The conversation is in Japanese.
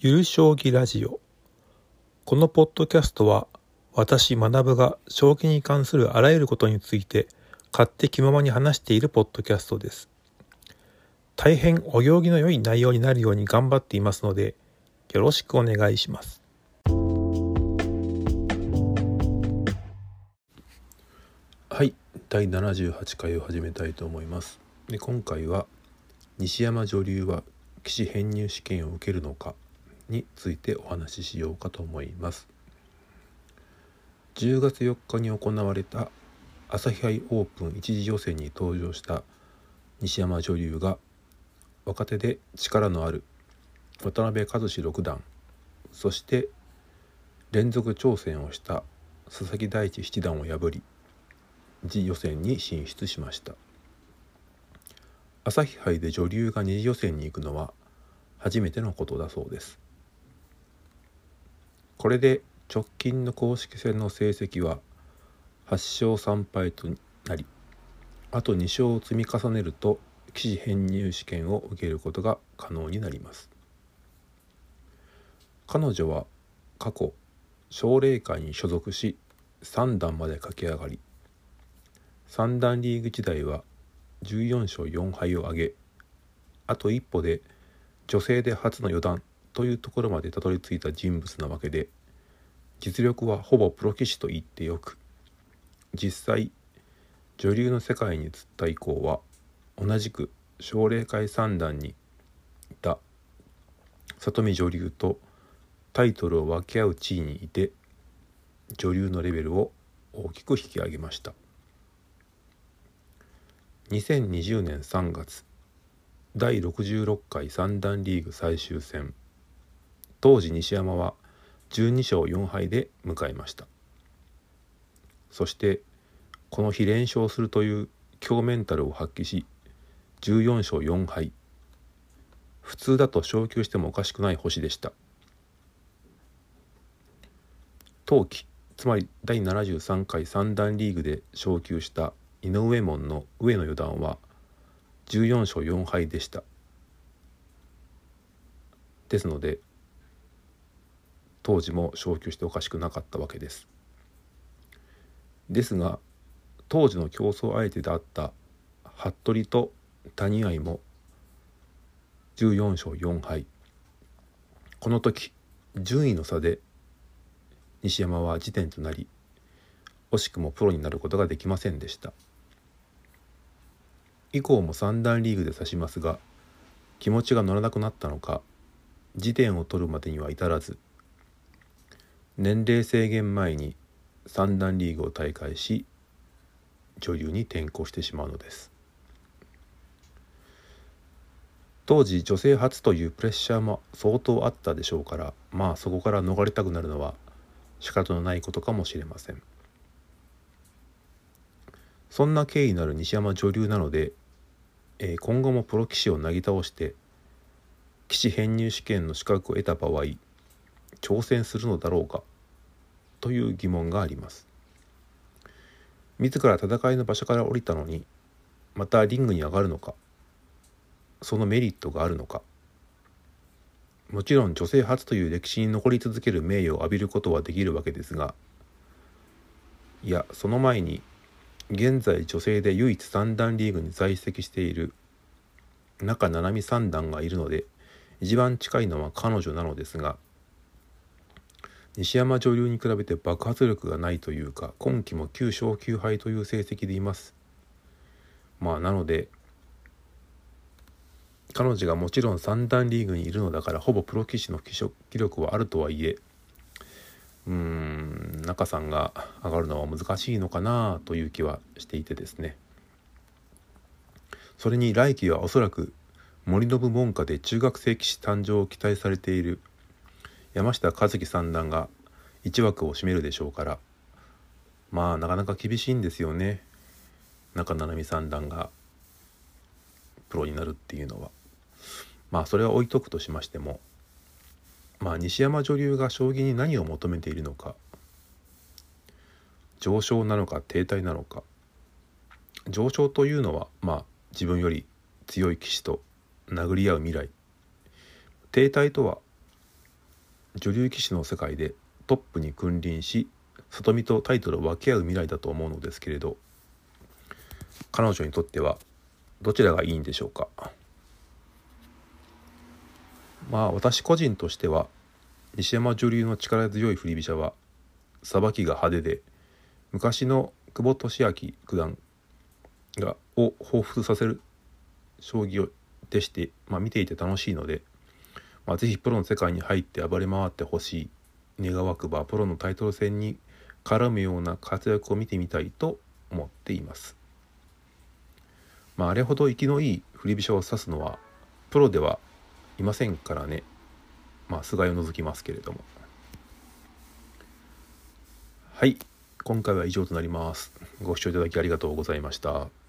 ゆる将棋ラジオ。このポッドキャストは私学が将棋に関するあらゆることについて勝手気ままに話しているポッドキャストです。大変お行儀の良い内容になるように頑張っていますのでよろしくお願いします。はい、第78回を始めたいと思います。で、今回は西山女流は棋士編入試験を受けるのかについてお話ししようかと思います。10月4日に行われた朝日杯オープン一次予選に登場した西山女流が若手で力のある渡辺和史六段、そして連続挑戦をした佐々木大地七段を破り次予選に進出しました。朝日杯で女流が二次予選に行くのは初めてのことだそうです。これで直近の公式戦の成績は8勝3敗となり、あと2勝を積み重ねると棋士編入試験を受けることが可能になります。彼女は過去奨励会に所属し3段まで駆け上がり、三段リーグ時代は14勝4敗を挙げ、あと一歩で女性で初の四段というところまでたどり着いた人物なわけで、実力はほぼプロ棋士と言ってよく、実際女流の世界に移った以降は同じく奨励会三段にいた里見女流とタイトルを分け合う地位にいて、女流のレベルを大きく引き上げました。2020年3月、第66回三段リーグ最終戦、当時西山は12勝4敗で迎えました。そしてこの日連勝するという強メンタルを発揮し14勝4敗、普通だと昇級してもおかしくない星でした。当期、つまり第73回三段リーグで昇級した井上門の上野四段は14勝4敗でした。ですので当時も昇級しておかしくなかったわけです。ですが当時の競争相手であった服部と谷合も14勝4敗。この時順位の差で西山は次点となり、惜しくもプロになることができませんでした。以降も三段リーグで指しますが、気持ちが乗らなくなったのか次点を取るまでには至らず、年齢制限前に三段リーグを退会し女流に転向してしまうのです。当時女性初というプレッシャーも相当あったでしょうから、そこから逃れたくなるのは仕方のないことかもしれません。そんな経緯のある西山女流なので、今後もプロ棋士をなぎ倒して棋士編入試験の資格を得た場合挑戦するのだろうかという疑問があります。自ら戦いの場所から降りたのにまたリングに上がるのか、そのメリットがあるのか。もちろん女性初という歴史に残り続ける名誉を浴びることはできるわけですが、いやその前に現在女性で唯一三段リーグに在籍している中七海三段がいるので、一番近いのは彼女なのですが、西山女流に比べて爆発力がないというか、今期も9勝9敗という成績でいます。なので彼女がもちろん三段リーグにいるのだからほぼプロ棋士の記録はあるとはいえ、中さんが上がるのは難しいのかなという気はしていてですね。それに来期はおそらく森信門下で中学生棋士誕生を期待されている山下和樹三段が一枠を占めるでしょうから、なかなか厳しいんですよね。中七海三段がプロになるっていうのは。それは置いとくとしましても、西山女流が将棋に何を求めているのか、上昇なのか停滞なのか。上昇というのは自分より強い棋士と殴り合う未来。停滞とは女流棋士の世界でトップに君臨し、里見とタイトルを分け合う未来だと思うのですけれど、彼女にとってはどちらがいいんでしょうか。私個人としては、西山女流の力強い振り飛車はさばきが派手で、昔の久保利明九段を彷彿させる将棋でして、見ていて楽しいので、ぜひプロの世界に入って暴れ回ってほしい。願わくばプロのタイトル戦に絡むような活躍を見てみたいと思っています。あれほど生きのいい振り飛車を指すのはプロではいませんからね。菅井を除きますけれども。はい、今回は以上となります。ご視聴いただきありがとうございました。